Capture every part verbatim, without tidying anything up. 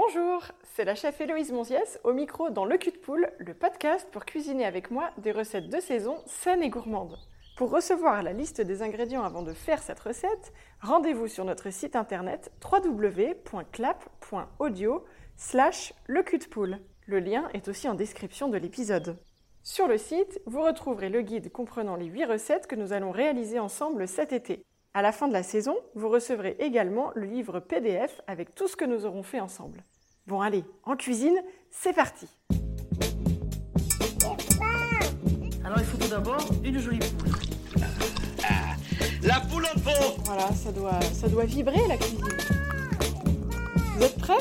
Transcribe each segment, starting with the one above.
Bonjour, c'est la chef Héloïse Monziès au micro dans Le Cul de Poule, le podcast pour cuisiner avec moi des recettes de saison saines et gourmandes. Pour recevoir la liste des ingrédients avant de faire cette recette, rendez-vous sur notre site internet w w w point clap point audio slash le cul de poule. Le lien est aussi en description de l'épisode. Sur le site, vous retrouverez le guide comprenant les huit recettes que nous allons réaliser ensemble cet été. À la fin de la saison, vous recevrez également le livre P D F avec tout ce que nous aurons fait ensemble. Bon allez, en cuisine, c'est parti! Alors il faut tout d'abord une jolie poule. La poule au pot. Voilà, ça doit, ça doit vibrer la cuisine. Vous êtes prêts?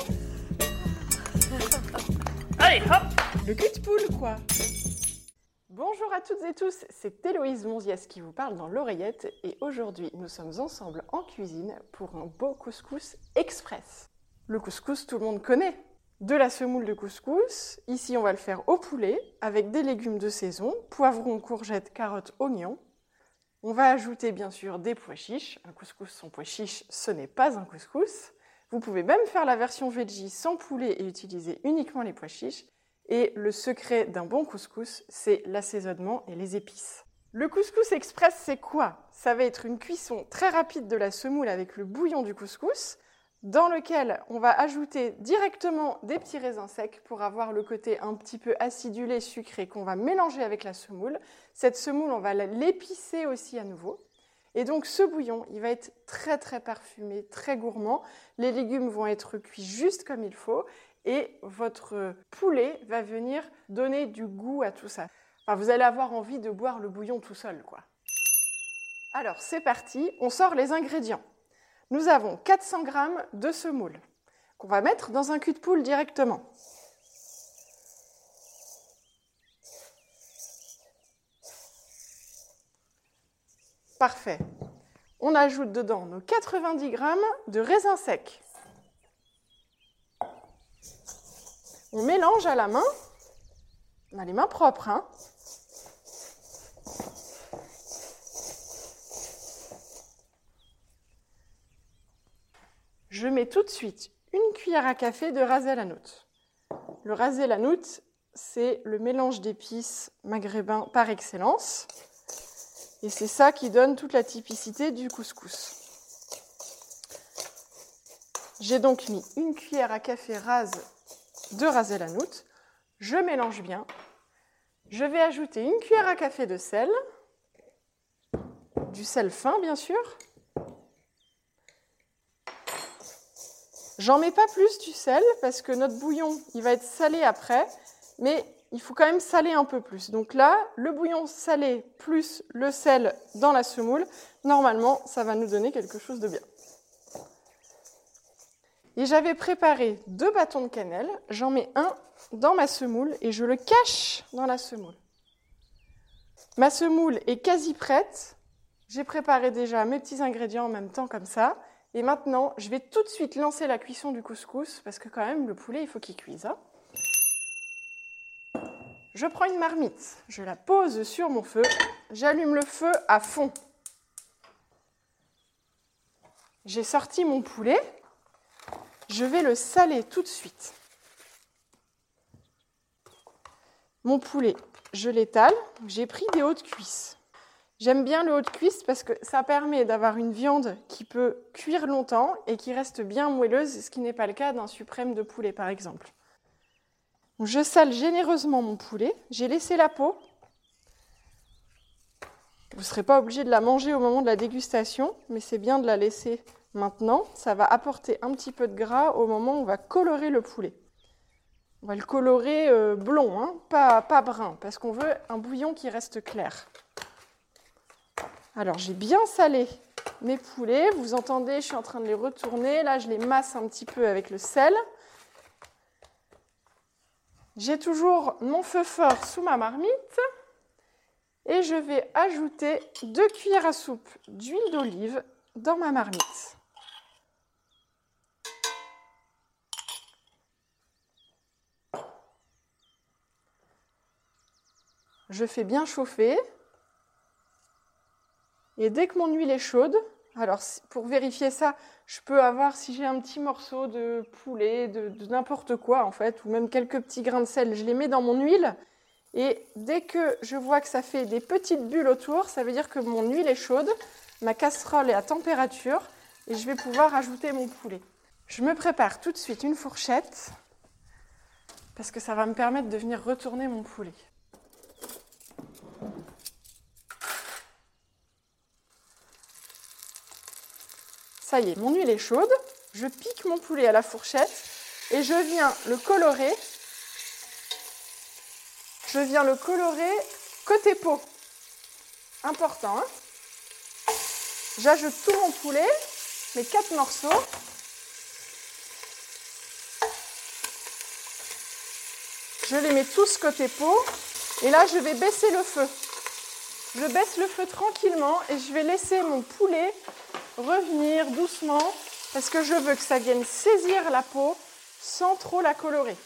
Allez, hop! Le cul de poule, quoi! Bonjour à toutes et tous, c'est Héloïse Monziès qui vous parle dans l'oreillette et aujourd'hui nous sommes ensemble en cuisine pour un beau couscous express. Le couscous, tout le monde connaît. De la semoule de couscous, ici on va le faire au poulet avec des légumes de saison, poivrons, courgettes, carottes, oignons. On va ajouter bien sûr des pois chiches. Un couscous sans pois chiches, ce n'est pas un couscous. Vous pouvez même faire la version veggie sans poulet et utiliser uniquement les pois chiches. Et le secret d'un bon couscous, c'est l'assaisonnement et les épices. Le couscous express, c'est quoi? Ça va être une cuisson très rapide de la semoule avec le bouillon du couscous, dans lequel on va ajouter directement des petits raisins secs pour avoir le côté un petit peu acidulé, sucré, qu'on va mélanger avec la semoule. Cette semoule, on va l'épicer aussi à nouveau. Et donc ce bouillon, il va être très très parfumé, très gourmand. Les légumes vont être cuits juste comme il faut. Et votre poulet va venir donner du goût à tout ça. Enfin, vous allez avoir envie de boire le bouillon tout seul, quoi. Alors, c'est parti, on sort les ingrédients. Nous avons quatre cents grammes de semoule qu'on va mettre dans un cul de poule directement. Parfait. On ajoute dedans nos quatre-vingt-dix grammes de raisins secs. On mélange à la main. On a les mains propres, hein. Je mets tout de suite une cuillère à café de ras el hanout. Le ras el hanout, c'est le mélange d'épices maghrébin par excellence. Et c'est ça qui donne toute la typicité du couscous. J'ai donc mis une cuillère à café rase de ras el hanout. Je mélange bien. Je vais ajouter une cuillère à café de sel. Du sel fin, bien sûr. J'en mets pas plus du sel parce que notre bouillon, il va être salé après, mais il faut quand même saler un peu plus. Donc là, le bouillon salé plus le sel dans la semoule, normalement, ça va nous donner quelque chose de bien. Et j'avais préparé deux bâtons de cannelle, j'en mets un dans ma semoule et je le cache dans la semoule. Ma semoule est quasi prête, j'ai préparé déjà mes petits ingrédients en même temps comme ça. Et maintenant, je vais tout de suite lancer la cuisson du couscous, parce que quand même, le poulet, il faut qu'il cuise. Hein. Je prends une marmite, je la pose sur mon feu, j'allume le feu à fond. J'ai sorti mon poulet, je vais le saler tout de suite. Mon poulet, je l'étale, j'ai pris des hautes cuisses. J'aime bien le haut de cuisse parce que ça permet d'avoir une viande qui peut cuire longtemps et qui reste bien moelleuse, ce qui n'est pas le cas d'un suprême de poulet, par exemple. Je sale généreusement mon poulet. J'ai laissé la peau. Vous ne serez pas obligé de la manger au moment de la dégustation, mais c'est bien de la laisser maintenant. Ça va apporter un petit peu de gras au moment où on va colorer le poulet. On va le colorer euh, blond, hein, pas, pas brun, parce qu'on veut un bouillon qui reste clair. Alors, j'ai bien salé mes poulets. Vous entendez, je suis en train de les retourner. Là, je les masse un petit peu avec le sel. J'ai toujours mon feu fort sous ma marmite. Et je vais ajouter deux cuillères à soupe d'huile d'olive dans ma marmite. Je fais bien chauffer. Et dès que mon huile est chaude, Alors, pour vérifier ça, je peux avoir, si j'ai un petit morceau de poulet, de, de n'importe quoi en fait, ou même quelques petits grains de sel, je les mets dans mon huile. Et dès que je vois que ça fait des petites bulles autour, ça veut dire que mon huile est chaude, ma casserole est à température et je vais pouvoir ajouter mon poulet. Je me prépare tout de suite une fourchette parce que ça va me permettre de venir retourner mon poulet. Ça y est, mon huile est chaude, je pique mon poulet à la fourchette et je viens le colorer. Je viens le colorer côté peau. Important, hein? J'ajoute tout mon poulet, mes quatre morceaux. Je les mets tous côté peau. Et là, je vais baisser le feu. Je baisse le feu tranquillement et je vais laisser mon poulet revenir doucement parce que je veux que ça vienne saisir la peau sans trop la colorer.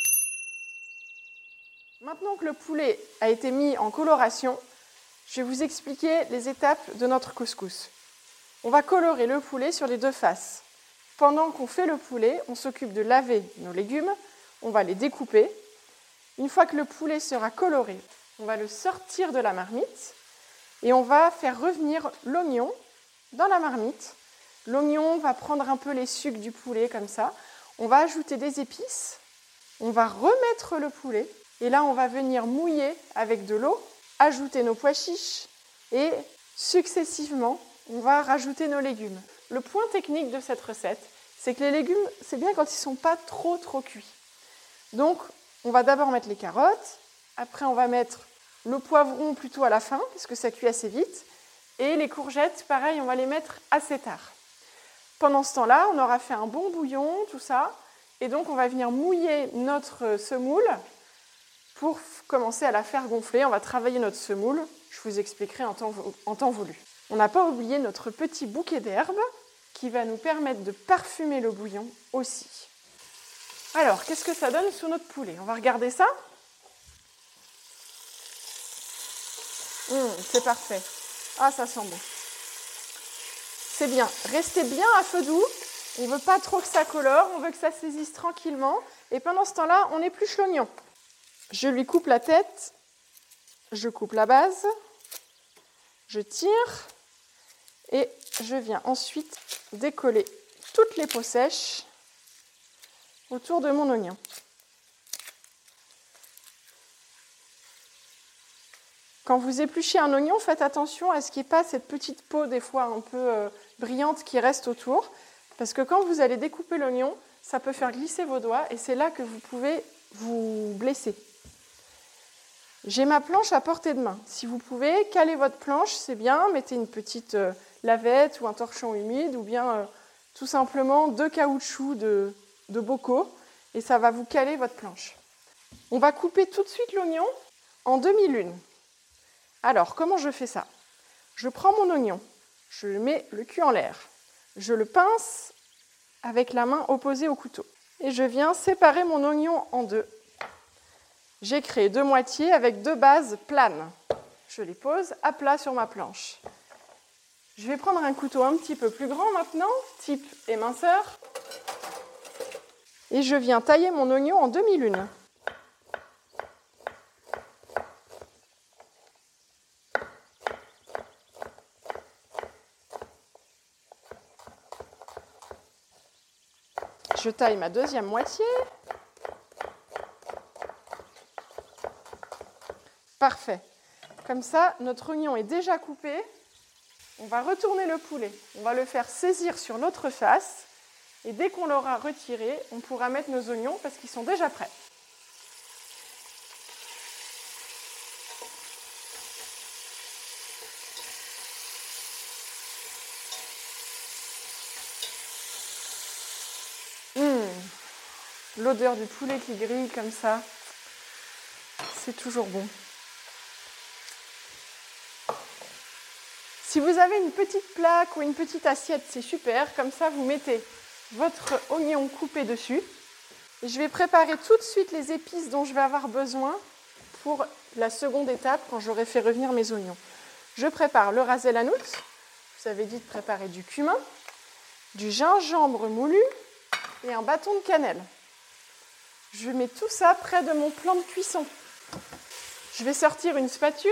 Maintenant que le poulet a été mis en coloration, je vais vous expliquer les étapes de notre couscous. On va colorer le poulet sur les deux faces. Pendant qu'on fait le poulet, on s'occupe de laver nos légumes, on va les découper. Une fois que le poulet sera coloré, on va le sortir de la marmite et on va faire revenir l'oignon dans la marmite. L'oignon va prendre un peu les sucs du poulet comme ça. On va ajouter des épices, on va remettre le poulet et là on va venir mouiller avec de l'eau, ajouter nos pois chiches et successivement on va rajouter nos légumes. Le point technique de cette recette, c'est que les légumes, c'est bien quand ils ne sont pas trop trop cuits. Donc on va d'abord mettre les carottes, après on va mettre le poivron plutôt à la fin parce que ça cuit assez vite et les courgettes, pareil, on va les mettre assez tard. Pendant ce temps-là, on aura fait un bon bouillon, tout ça, et donc on va venir mouiller notre semoule pour commencer à la faire gonfler. On va travailler notre semoule, je vous expliquerai en temps, en temps voulu. On n'a pas oublié notre petit bouquet d'herbes qui va nous permettre de parfumer le bouillon aussi. Alors, qu'est-ce que ça donne sous notre poulet? On va regarder ça. Mmh, c'est parfait. Ah, ça sent bon. C'est bien. Restez bien à feu doux. On ne veut pas trop que ça colore. On veut que ça saisisse tranquillement. Et pendant ce temps-là, on épluche l'oignon. Je lui coupe la tête. Je coupe la base. Je tire. Et je viens ensuite décoller toutes les peaux sèches autour de mon oignon. Quand vous épluchez un oignon, faites attention à ce qu'il n'y ait pas cette petite peau des fois un peu euh, brillante qui reste autour. Parce que quand vous allez découper l'oignon, ça peut faire glisser vos doigts et c'est là que vous pouvez vous blesser. J'ai ma planche à portée de main. Si vous pouvez, caler votre planche, c'est bien. Mettez une petite euh, lavette ou un torchon humide ou bien euh, tout simplement deux caoutchoucs de, de bocaux et ça va vous caler votre planche. On va couper tout de suite l'oignon en demi-lune. Alors, comment je fais ça? Je prends mon oignon, je le mets le cul en l'air, je le pince avec la main opposée au couteau et je viens séparer mon oignon en deux. J'ai créé deux moitiés avec deux bases planes. Je les pose à plat sur ma planche. Je vais prendre un couteau un petit peu plus grand maintenant, type éminceur, et je viens tailler mon oignon en demi-lune. Je taille ma deuxième moitié. Parfait. Comme ça, notre oignon est déjà coupé. On va retourner le poulet. On va le faire saisir sur l'autre face. Et dès qu'on l'aura retiré, on pourra mettre nos oignons parce qu'ils sont déjà prêts. L'odeur du poulet qui grille comme ça, c'est toujours bon. Si vous avez une petite plaque ou une petite assiette, c'est super. Comme ça, vous mettez votre oignon coupé dessus. Et je vais préparer tout de suite les épices dont je vais avoir besoin pour la seconde étape, quand j'aurai fait revenir mes oignons. Je prépare le ras el hanout. vous avez dit de préparer du cumin, du gingembre moulu et un bâton de cannelle. Je mets tout ça près de mon plan de cuisson. Je vais sortir une spatule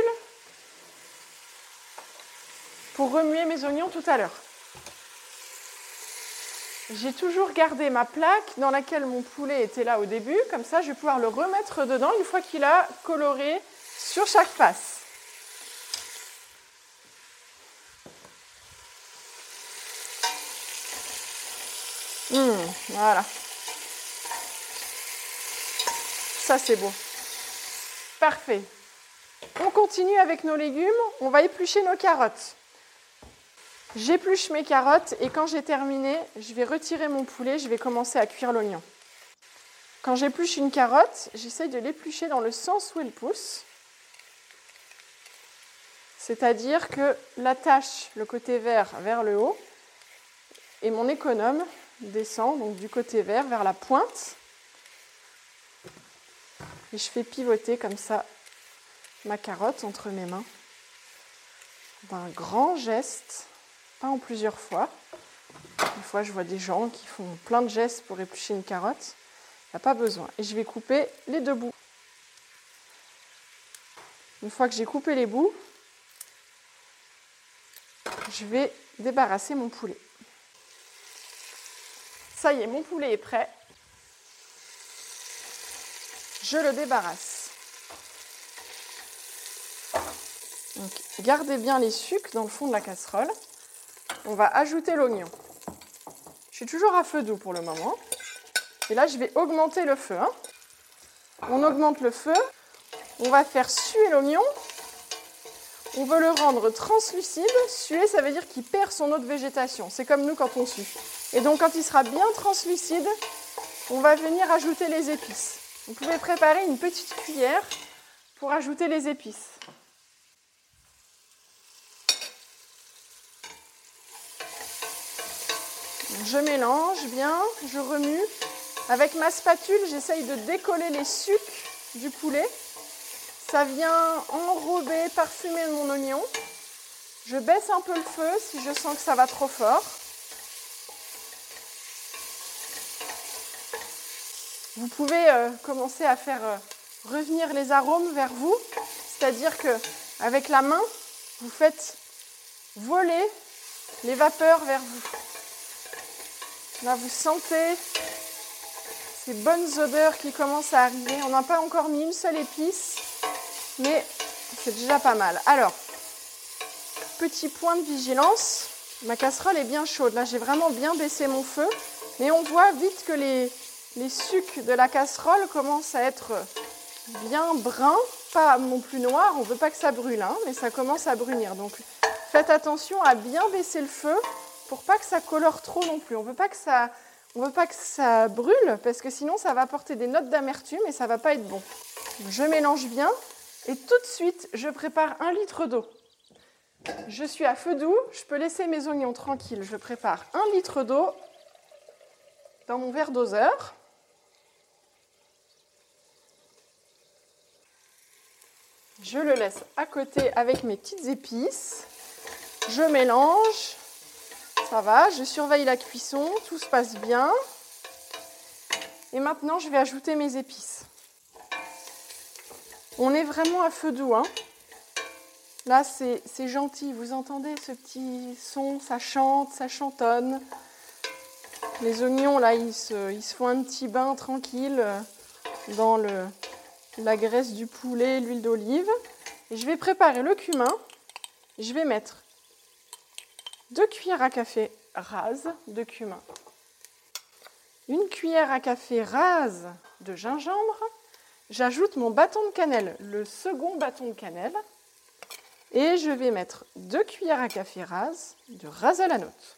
pour remuer mes oignons tout à l'heure. J'ai toujours gardé ma plaque dans laquelle mon poulet était là au début, comme ça je vais pouvoir le remettre dedans une fois qu'il a coloré sur chaque face. Mmh, voilà. Ça c'est beau. Parfait. On continue avec nos légumes, on va éplucher nos carottes. J'épluche mes carottes et quand j'ai terminé, je vais retirer mon poulet, je vais commencer à cuire l'oignon. Quand j'épluche une carotte, j'essaye de l'éplucher dans le sens où elle pousse. C'est-à-dire que l'attache, le côté vert vers le haut, et mon économe descend donc du côté vert vers la pointe. Et je fais pivoter comme ça ma carotte entre mes mains d'un grand geste. Pas en plusieurs fois. Des fois, je vois des gens qui font plein de gestes pour éplucher une carotte. Il n'y a pas besoin. Et je vais couper les deux bouts. Une fois que j'ai coupé les bouts, je vais débarrasser mon poulet. Ça y est, mon poulet est prêt. Je le débarrasse. Donc, gardez bien les sucs dans le fond de la casserole. On va ajouter l'oignon. Je suis toujours à feu doux pour le moment. Et là, je vais augmenter le feu. Hein. On augmente le feu. On va faire suer l'oignon. On veut le rendre translucide. Suer, ça veut dire qu'il perd son eau de végétation. C'est comme nous quand on sue. Et donc, quand il sera bien translucide, on va venir ajouter les épices. Vous pouvez préparer une petite cuillère pour ajouter les épices. Je mélange bien, je remue. Avec ma spatule, j'essaye de décoller les sucs du poulet. Ça vient enrober, parfumer mon oignon. Je baisse un peu le feu si je sens que ça va trop fort. Vous pouvez euh, commencer à faire euh, revenir les arômes vers vous. C'est-à-dire qu'avec la main, vous faites voler les vapeurs vers vous. Là, vous sentez ces bonnes odeurs qui commencent à arriver. On n'a pas encore mis une seule épice, mais c'est déjà pas mal. Alors, petit point de vigilance, ma casserole est bien chaude. Là, j'ai vraiment bien baissé mon feu, mais on voit vite que les, les sucs de la casserole commencent à être bien bruns, pas non plus noirs. On ne veut pas que ça brûle, hein, mais ça commence à brunir. Donc, faites attention à bien baisser le feu, pour pas que ça colore trop non plus. On veut pas que ça, on veut pas que ça brûle parce que sinon ça va apporter des notes d'amertume et ça va pas être bon. Je mélange bien et tout de suite je prépare un litre d'eau. Je suis à feu doux, je peux laisser mes oignons tranquilles. Je prépare un litre d'eau dans mon verre doseur. Je le laisse à côté avec mes petites épices. Je mélange. Ça va, je surveille la cuisson, tout se passe bien. Et maintenant, je vais ajouter mes épices. On est vraiment à feu doux. Hein. Là, c'est, c'est gentil. Vous entendez ce petit son, ça chante, ça chantonne. Les oignons, là, ils se, ils se font un petit bain tranquille dans le, la graisse du poulet, l'huile d'olive. Et je vais préparer le cumin. Je vais mettre deux cuillères à café rases de cumin, une cuillère à café rase de gingembre. J'ajoute mon bâton de cannelle, le second bâton de cannelle, et je vais mettre deux cuillères à café rase de ras à la note.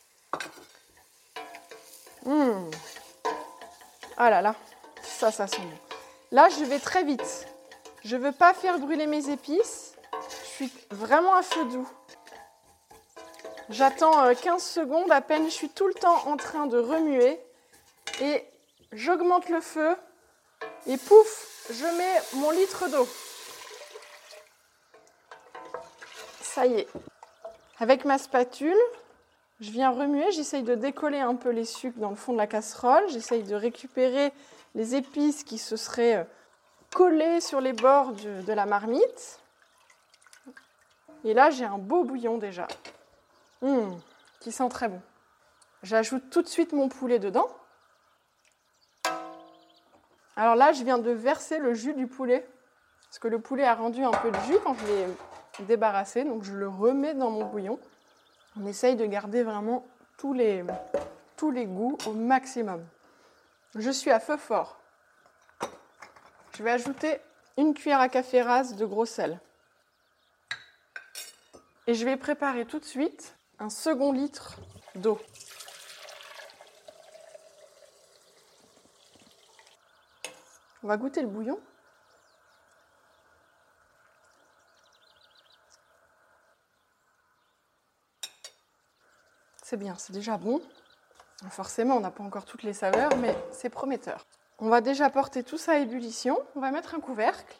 Mmh. Ah là là, ça, ça sent bon. Là, je vais très vite. Je ne veux pas faire brûler mes épices. Je suis vraiment à feu doux. J'attends quinze secondes à peine, je suis tout le temps en train de remuer et j'augmente le feu et pouf, je mets mon litre d'eau. Ça y est. Avec ma spatule, Je viens remuer, j'essaye de décoller un peu les sucres dans le fond de la casserole. J'essaye de récupérer les épices qui se seraient collées sur les bords de, de la marmite. Et là, j'ai un beau bouillon déjà, mmh, qui sent très bon. J'ajoute tout de suite mon poulet dedans. Alors là, je viens de verser le jus du poulet, parce que le poulet a rendu un peu de jus quand je l'ai débarrassé, donc je le remets dans mon bouillon. On essaye de garder vraiment tous les, tous les goûts au maximum. Je suis à feu fort. Je vais ajouter une cuillère à café rase de gros sel. Et je vais préparer tout de suite un second litre d'eau. On va goûter le bouillon. C'est bien, c'est déjà bon. Forcément, on n'a pas encore toutes les saveurs, mais c'est prometteur. On va déjà porter tout ça à ébullition. On va mettre un couvercle.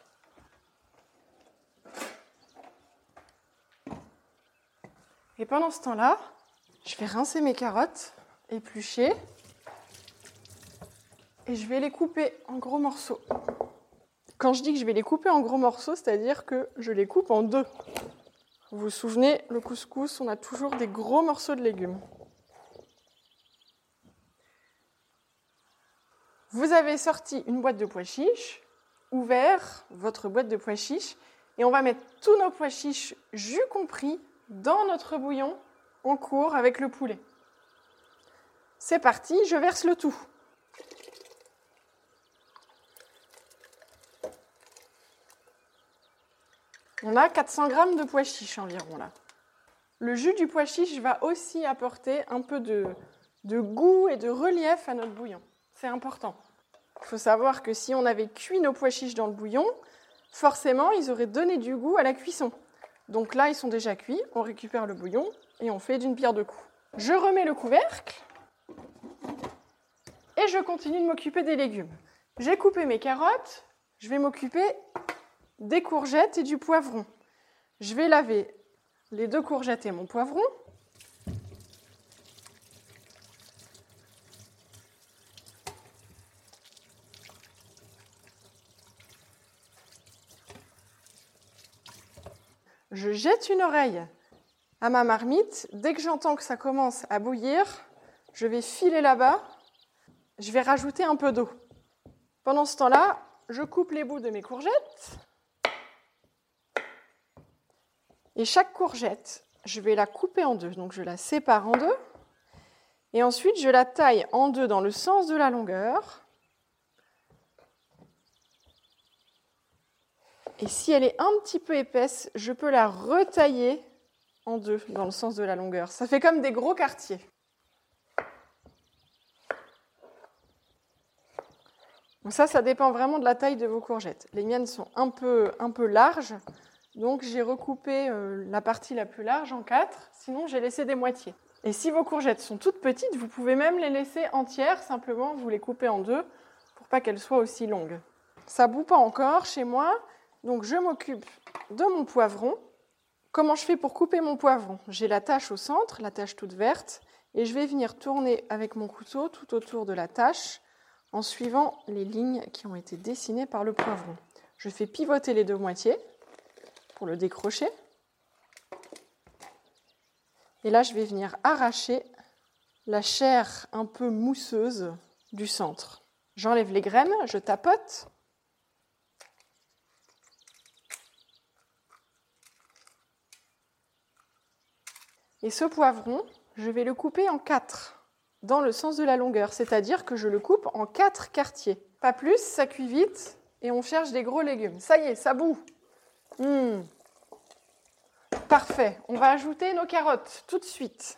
Et pendant ce temps-là, je vais rincer mes carottes, éplucher, et je vais les couper en gros morceaux. Quand je dis que je vais les couper en gros morceaux, c'est-à-dire que je les coupe en deux. Vous vous souvenez, le couscous, on a toujours des gros morceaux de légumes. Vous avez sorti une boîte de pois chiches, ouvert votre boîte de pois chiches, et on va mettre tous nos pois chiches, jus compris, dans notre bouillon en cours avec le poulet. C'est parti, je verse le tout. On a quatre cents grammes de pois chiches environ là. Le jus du pois chiche va aussi apporter un peu de, de goût et de relief à notre bouillon. C'est important. Il faut savoir que si on avait cuit nos pois chiches dans le bouillon, forcément, ils auraient donné du goût à la cuisson. Donc là, ils sont déjà cuits, on récupère le bouillon et on fait d'une pierre deux coups. Je remets le couvercle et je continue de m'occuper des légumes. J'ai coupé mes carottes, je vais m'occuper des courgettes et du poivron. Je vais laver les deux courgettes et mon poivron. Je jette une oreille à ma marmite. Dès que j'entends que ça commence à bouillir, je vais filer là-bas. Je vais rajouter un peu d'eau. Pendant ce temps-là, je coupe les bouts de mes courgettes. Et chaque courgette, je vais la couper en deux. Donc je la sépare en deux. Et ensuite, je la taille en deux dans le sens de la longueur. Et si elle est un petit peu épaisse, je peux la retailler en deux dans le sens de la longueur. Ça fait comme des gros quartiers. Donc ça, ça dépend vraiment de la taille de vos courgettes. Les miennes sont un peu, un peu larges, donc j'ai recoupé euh, la partie la plus large en quatre, sinon j'ai laissé des moitiés. Et si vos courgettes sont toutes petites, vous pouvez même les laisser entières, simplement vous les coupez en deux pour pas qu'elles soient aussi longues. Ça bout pas encore chez moi, donc je m'occupe de mon poivron. Comment je fais pour couper mon poivron? J'ai la tache au centre, la tache toute verte, et je vais venir tourner avec mon couteau tout autour de la tache en suivant les lignes qui ont été dessinées par le poivron. Je fais pivoter les deux moitiés pour le décrocher. Et là, je vais venir arracher la chair un peu mousseuse du centre. J'enlève les graines, je tapote. Et ce poivron, je vais le couper en quatre, dans le sens de la longueur, c'est-à-dire que je le coupe en quatre quartiers. Pas plus, ça cuit vite et on cherche des gros légumes. Ça y est, ça bout. Mmh. Parfait, on va ajouter nos carottes tout de suite.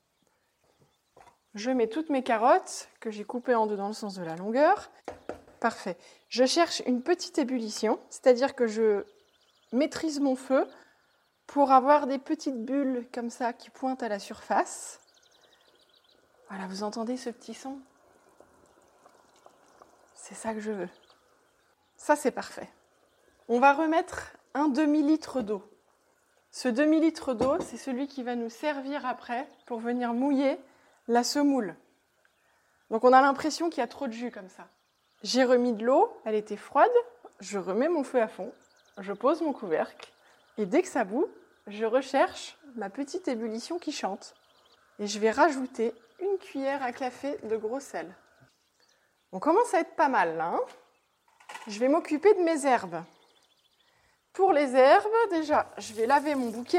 Je mets toutes mes carottes que j'ai coupées en deux dans le sens de la longueur. Parfait. Je cherche une petite ébullition, c'est-à-dire que je maîtrise mon feu pour avoir des petites bulles comme ça qui pointent à la surface. Voilà, vous entendez ce petit son? C'est ça que je veux. Ça, c'est parfait. On va remettre un demi-litre d'eau. Ce demi-litre d'eau, c'est celui qui va nous servir après pour venir mouiller la semoule. Donc on a l'impression qu'il y a trop de jus comme ça. J'ai remis de l'eau, elle était froide, je remets mon feu à fond, je pose mon couvercle et dès que ça bout, je recherche ma petite ébullition qui chante. Et je vais rajouter une cuillère à café de gros sel. On commence à être pas mal là. Hein ? Je vais m'occuper de mes herbes. Pour les herbes, déjà, je vais laver mon bouquet.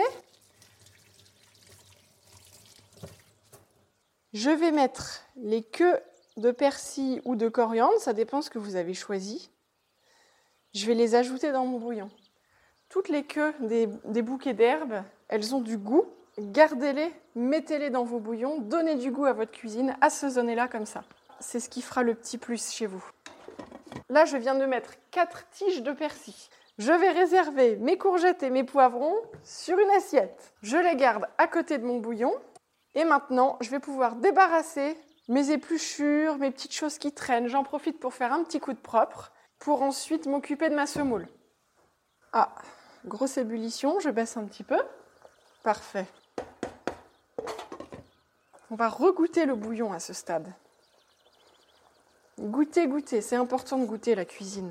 Je vais mettre les queues de persil ou de coriandre, ça dépend ce que vous avez choisi. Je vais les ajouter dans mon bouillon. Toutes les queues des, des bouquets d'herbes, elles ont du goût. Gardez-les, mettez-les dans vos bouillons, donnez du goût à votre cuisine, assaisonnez-la comme ça. C'est ce qui fera le petit plus chez vous. Là, je viens de mettre quatre tiges de persil. Je vais réserver mes courgettes et mes poivrons sur une assiette. Je les garde à côté de mon bouillon. Et maintenant, je vais pouvoir débarrasser mes épluchures, mes petites choses qui traînent. J'en profite pour faire un petit coup de propre, pour ensuite m'occuper de ma semoule. Ah, grosse ébullition, je baisse un petit peu. Parfait. On va regoûter le bouillon à ce stade. Goûtez, goûtez, c'est important de goûter la cuisine.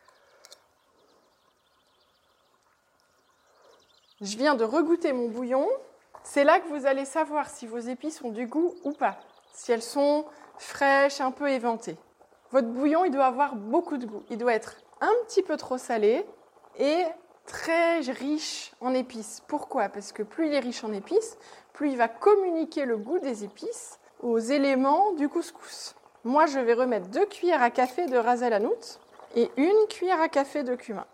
Je viens de regoûter mon bouillon. C'est là que vous allez savoir si vos épices ont du goût ou pas. Si elles sont fraîches, un peu éventées. Votre bouillon, il doit avoir beaucoup de goût. Il doit être un petit peu trop salé et très riche en épices. Pourquoi ? Parce que plus il est riche en épices, plus il va communiquer le goût des épices aux éléments du couscous. Moi, je vais remettre deux cuillères à café de ras el hanout et une cuillère à café de cumin.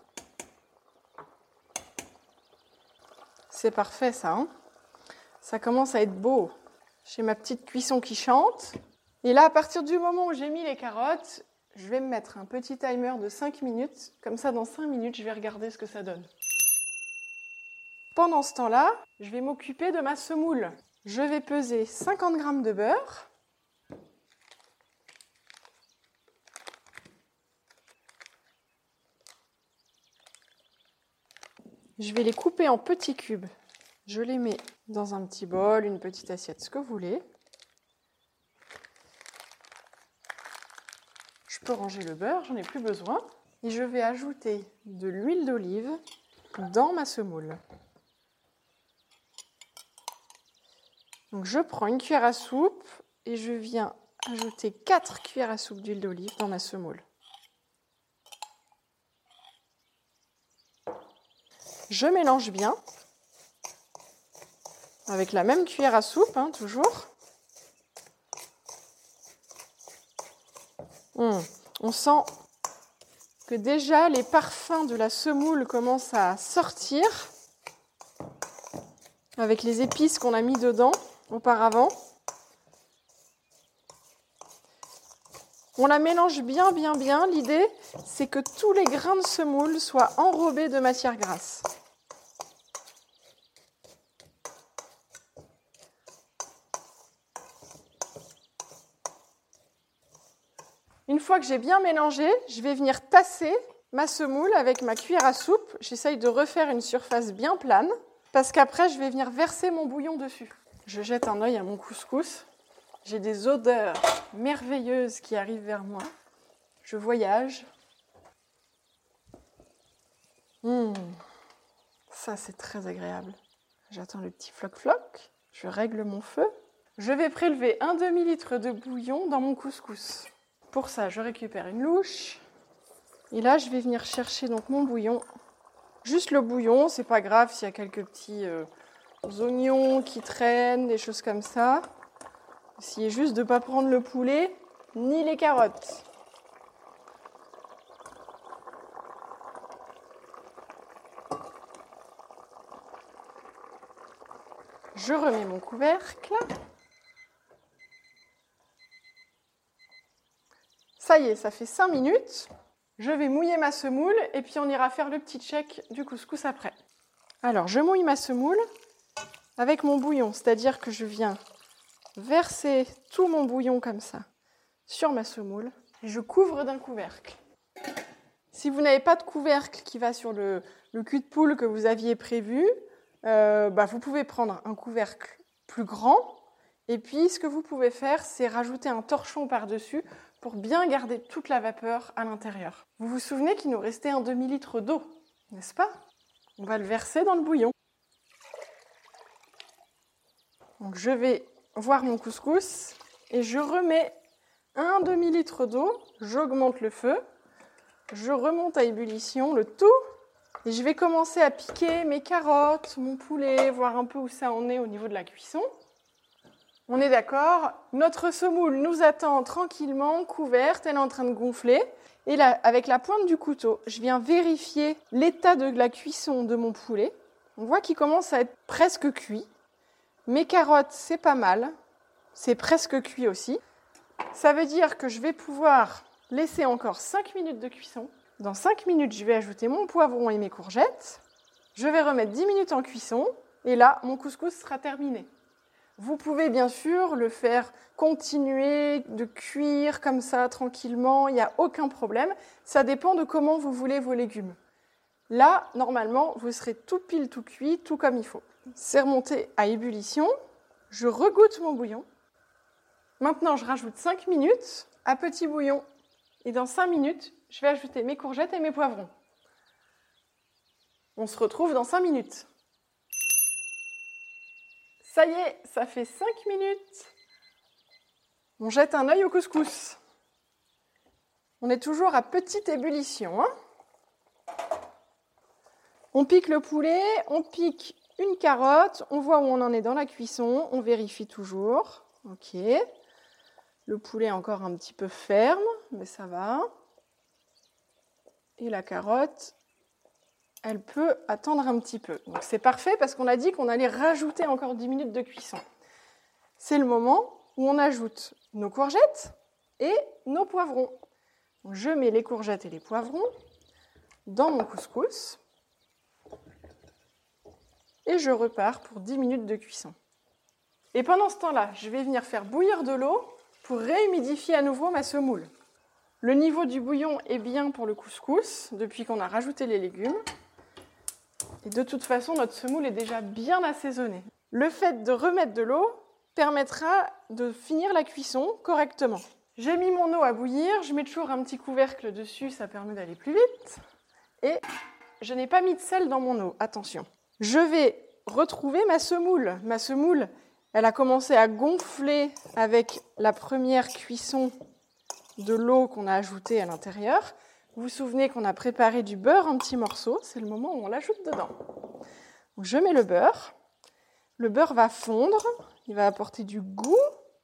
C'est parfait ça, hein ? Ça commence à être beau. J'ai ma petite cuisson qui chante. Et là, à partir du moment où j'ai mis les carottes, je vais me mettre un petit timer de cinq minutes. Comme ça, dans cinq minutes, je vais regarder ce que ça donne. Pendant ce temps-là, je vais m'occuper de ma semoule. Je vais peser cinquante grammes de beurre. Je vais les couper en petits cubes. Je les mets dans un petit bol, une petite assiette, ce que vous voulez. Je peux ranger le beurre, j'en ai plus besoin. Et je vais ajouter de l'huile d'olive dans ma semoule. Donc je prends une cuillère à soupe et je viens ajouter quatre cuillères à soupe d'huile d'olive dans ma semoule. Je mélange bien, avec la même cuillère à soupe, hein, toujours. Hum, on sent que déjà les parfums de la semoule commencent à sortir, avec les épices qu'on a mis dedans auparavant. On la mélange bien, bien, bien. L'idée, c'est que tous les grains de semoule soient enrobés de matière grasse. Une fois que j'ai bien mélangé, je vais venir tasser ma semoule avec ma cuillère à soupe. J'essaye de refaire une surface bien plane, parce qu'après, je vais venir verser mon bouillon dessus. Je jette un œil à mon couscous. J'ai des odeurs merveilleuses qui arrivent vers moi. Je voyage. Mmh. Ça, c'est très agréable. J'attends le petit floc-floc. Je règle mon feu. Je vais prélever un demi-litre de bouillon dans mon couscous. Pour ça, je récupère une louche. Et là, je vais venir chercher donc mon bouillon. Juste le bouillon, c'est pas grave s'il y a quelques petits euh, oignons qui traînent, des choses comme ça. Essayez juste de ne pas prendre le poulet ni les carottes. Je remets mon couvercle. Ça y est, ça fait cinq minutes. Je vais mouiller ma semoule et puis on ira faire le petit check du couscous après. Alors, je mouille ma semoule avec mon bouillon, c'est-à-dire que je viens verser tout mon bouillon comme ça sur ma semoule et je couvre d'un couvercle. Si vous n'avez pas de couvercle qui va sur le, le cul de poule que vous aviez prévu, euh, bah, vous pouvez prendre un couvercle plus grand. Et puis, ce que vous pouvez faire, c'est rajouter un torchon par-dessus pour bien garder toute la vapeur à l'intérieur. Vous vous souvenez qu'il nous restait un demi-litre d'eau, n'est-ce pas? On va le verser dans le bouillon. Donc, je vais voir mon couscous et je remets un demi-litre d'eau. J'augmente le feu. Je remonte à ébullition le tout. Et je vais commencer à piquer mes carottes, mon poulet, voir un peu où ça en est au niveau de la cuisson. On est d'accord, notre semoule nous attend tranquillement, couverte, elle est en train de gonfler. Et là, avec la pointe du couteau, je viens vérifier l'état de la cuisson de mon poulet. On voit qu'il commence à être presque cuit. Mes carottes, c'est pas mal. C'est presque cuit aussi. Ça veut dire que je vais pouvoir laisser encore cinq minutes de cuisson. Dans cinq minutes, je vais ajouter mon poivron et mes courgettes. Je vais remettre dix minutes en cuisson. Et là, mon couscous sera terminé. Vous pouvez bien sûr le faire continuer de cuire comme ça tranquillement, il n'y a aucun problème. Ça dépend de comment vous voulez vos légumes. Là, normalement, vous serez tout pile, tout cuit, tout comme il faut. C'est remonté à ébullition. Je regoute mon bouillon. Maintenant, je rajoute cinq minutes à petit bouillon. Et dans cinq minutes, je vais ajouter mes courgettes et mes poivrons. On se retrouve dans cinq minutes. Ça y est, ça fait cinq minutes. On jette un œil au couscous. On est toujours à petite ébullition. Hein, on pique le poulet, on pique une carotte, on voit où on en est dans la cuisson, on vérifie toujours. Ok. Le poulet est encore un petit peu ferme, mais ça va. Et la carotte, elle peut attendre un petit peu. Donc c'est parfait parce qu'on a dit qu'on allait rajouter encore dix minutes de cuisson. C'est le moment où on ajoute nos courgettes et nos poivrons. Donc je mets les courgettes et les poivrons dans mon couscous et je repars pour dix minutes de cuisson. Et pendant ce temps-là, je vais venir faire bouillir de l'eau pour réhumidifier à nouveau ma semoule. Le niveau du bouillon est bien pour le couscous depuis qu'on a rajouté les légumes. Et de toute façon, notre semoule est déjà bien assaisonnée. Le fait de remettre de l'eau permettra de finir la cuisson correctement. J'ai mis mon eau à bouillir, je mets toujours un petit couvercle dessus, ça permet d'aller plus vite. Et je n'ai pas mis de sel dans mon eau, attention. Je vais retrouver ma semoule. Ma semoule, elle a commencé à gonfler avec la première cuisson de l'eau qu'on a ajoutée à l'intérieur. Vous vous souvenez qu'on a préparé du beurre en petits morceaux, c'est le moment où on l'ajoute dedans. Donc je mets le beurre, le beurre va fondre, il va apporter du goût.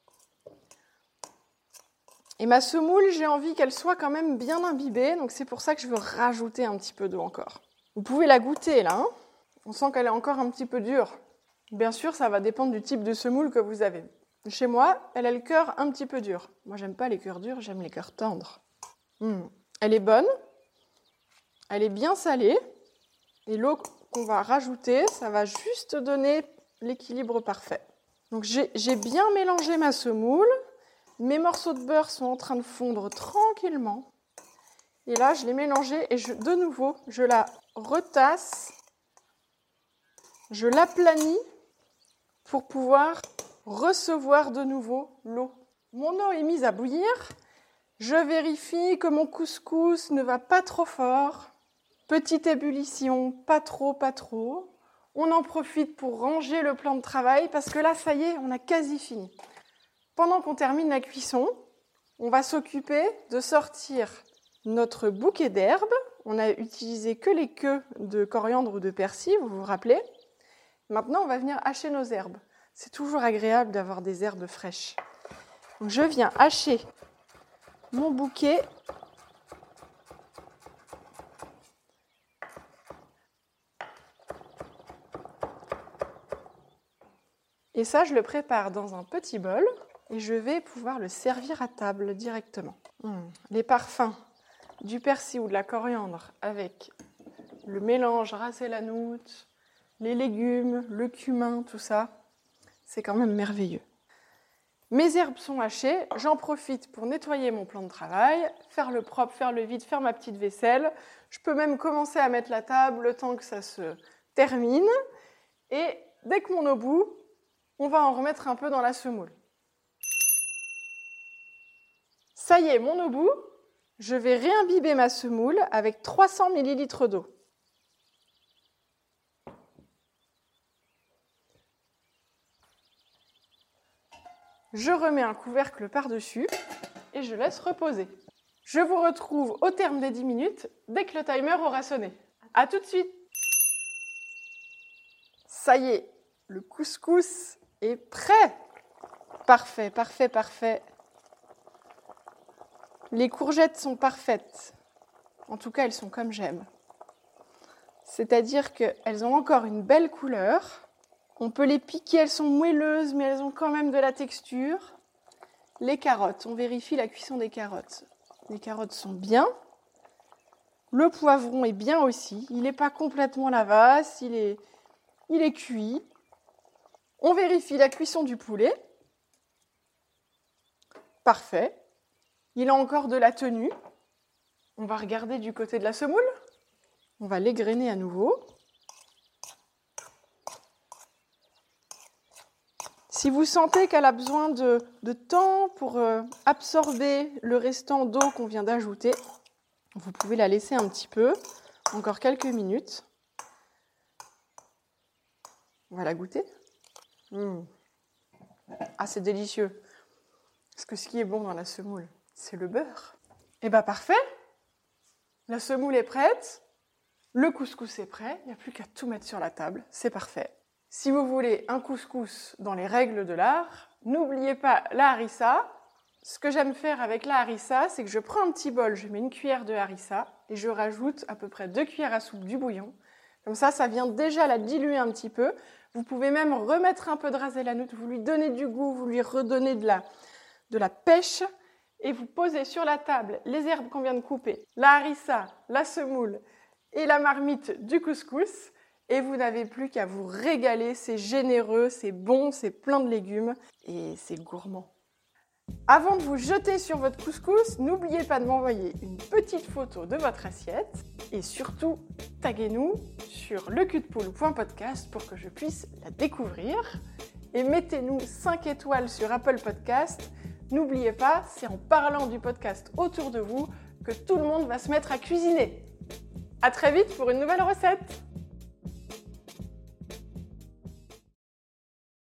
Et ma semoule, j'ai envie qu'elle soit quand même bien imbibée, donc c'est pour ça que je veux rajouter un petit peu d'eau encore. Vous pouvez la goûter là, hein, on sent qu'elle est encore un petit peu dure. Bien sûr, ça va dépendre du type de semoule que vous avez. Chez moi, elle a le cœur un petit peu dur. Moi, j'aime pas les cœurs durs, j'aime les cœurs tendres. Mmh. Elle est bonne, elle est bien salée, et l'eau qu'on va rajouter, ça va juste donner l'équilibre parfait. Donc j'ai, j'ai bien mélangé ma semoule, mes morceaux de beurre sont en train de fondre tranquillement, et là je l'ai mélangée et je, de nouveau je la retasse, je l'aplanis pour pouvoir recevoir de nouveau l'eau. Mon eau est mise à bouillir. Je vérifie que mon couscous ne va pas trop fort. Petite ébullition, pas trop, pas trop. On en profite pour ranger le plan de travail parce que là, ça y est, on a quasi fini. Pendant qu'on termine la cuisson, on va s'occuper de sortir notre bouquet d'herbes. On a utilisé que les queues de coriandre ou de persil, vous vous rappelez. Maintenant, on va venir hacher nos herbes. C'est toujours agréable d'avoir des herbes fraîches. Donc, je viens hacher mon bouquet. Et ça, je le prépare dans un petit bol et je vais pouvoir le servir à table directement. Mmh. Les parfums du persil ou de la coriandre avec le mélange ras el hanout, les légumes, le cumin, tout ça, c'est quand même merveilleux. Mes herbes sont hachées, j'en profite pour nettoyer mon plan de travail, faire le propre, faire le vide, faire ma petite vaisselle. Je peux même commencer à mettre la table le temps que ça se termine. Et dès que mon eau bout, on va en remettre un peu dans la semoule. Ça y est, mon eau bout, je vais réimbiber ma semoule avec trois cents millilitres d'eau. Je remets un couvercle par-dessus et je laisse reposer. Je vous retrouve au terme des dix minutes, dès que le timer aura sonné. À tout de suite! Ça y est, le couscous est prêt! Parfait, parfait, parfait. Les courgettes sont parfaites. En tout cas, elles sont comme j'aime. C'est-à-dire qu'elles ont encore une belle couleur. On peut les piquer, elles sont moelleuses, mais elles ont quand même de la texture. Les carottes, on vérifie la cuisson des carottes. Les carottes sont bien. Le poivron est bien aussi. Il n'est pas complètement lavasse, il est, il est cuit. On vérifie la cuisson du poulet. Parfait. Il a encore de la tenue. On va regarder du côté de la semoule. On va l'égrainer à nouveau. Si vous sentez qu'elle a besoin de, de temps pour euh, absorber le restant d'eau qu'on vient d'ajouter, vous pouvez la laisser un petit peu, encore quelques minutes. On va la goûter. Mmh. Ah, c'est délicieux. Parce que ce qui est bon dans la semoule, c'est le beurre. Eh bien, parfait. La semoule est prête. Le couscous est prêt. Il n'y a plus qu'à tout mettre sur la table. C'est parfait. Si vous voulez un couscous dans les règles de l'art, n'oubliez pas la harissa. Ce que j'aime faire avec la harissa, c'est que je prends un petit bol, je mets une cuillère de harissa et je rajoute à peu près deux cuillères à soupe du bouillon. Comme ça, ça vient déjà la diluer un petit peu. Vous pouvez même remettre un peu de ras el hanout, vous lui donnez du goût, vous lui redonnez de la, de la pêche et vous posez sur la table les herbes qu'on vient de couper, la harissa, la semoule et la marmite du couscous. Et vous n'avez plus qu'à vous régaler, c'est généreux, c'est bon, c'est plein de légumes et c'est gourmand. Avant de vous jeter sur votre couscous, n'oubliez pas de m'envoyer une petite photo de votre assiette et surtout, taguez-nous sur le cul de poule point podcast pour que je puisse la découvrir. Et mettez-nous cinq étoiles sur Apple Podcast. N'oubliez pas, c'est en parlant du podcast autour de vous que tout le monde va se mettre à cuisiner. À très vite pour une nouvelle recette!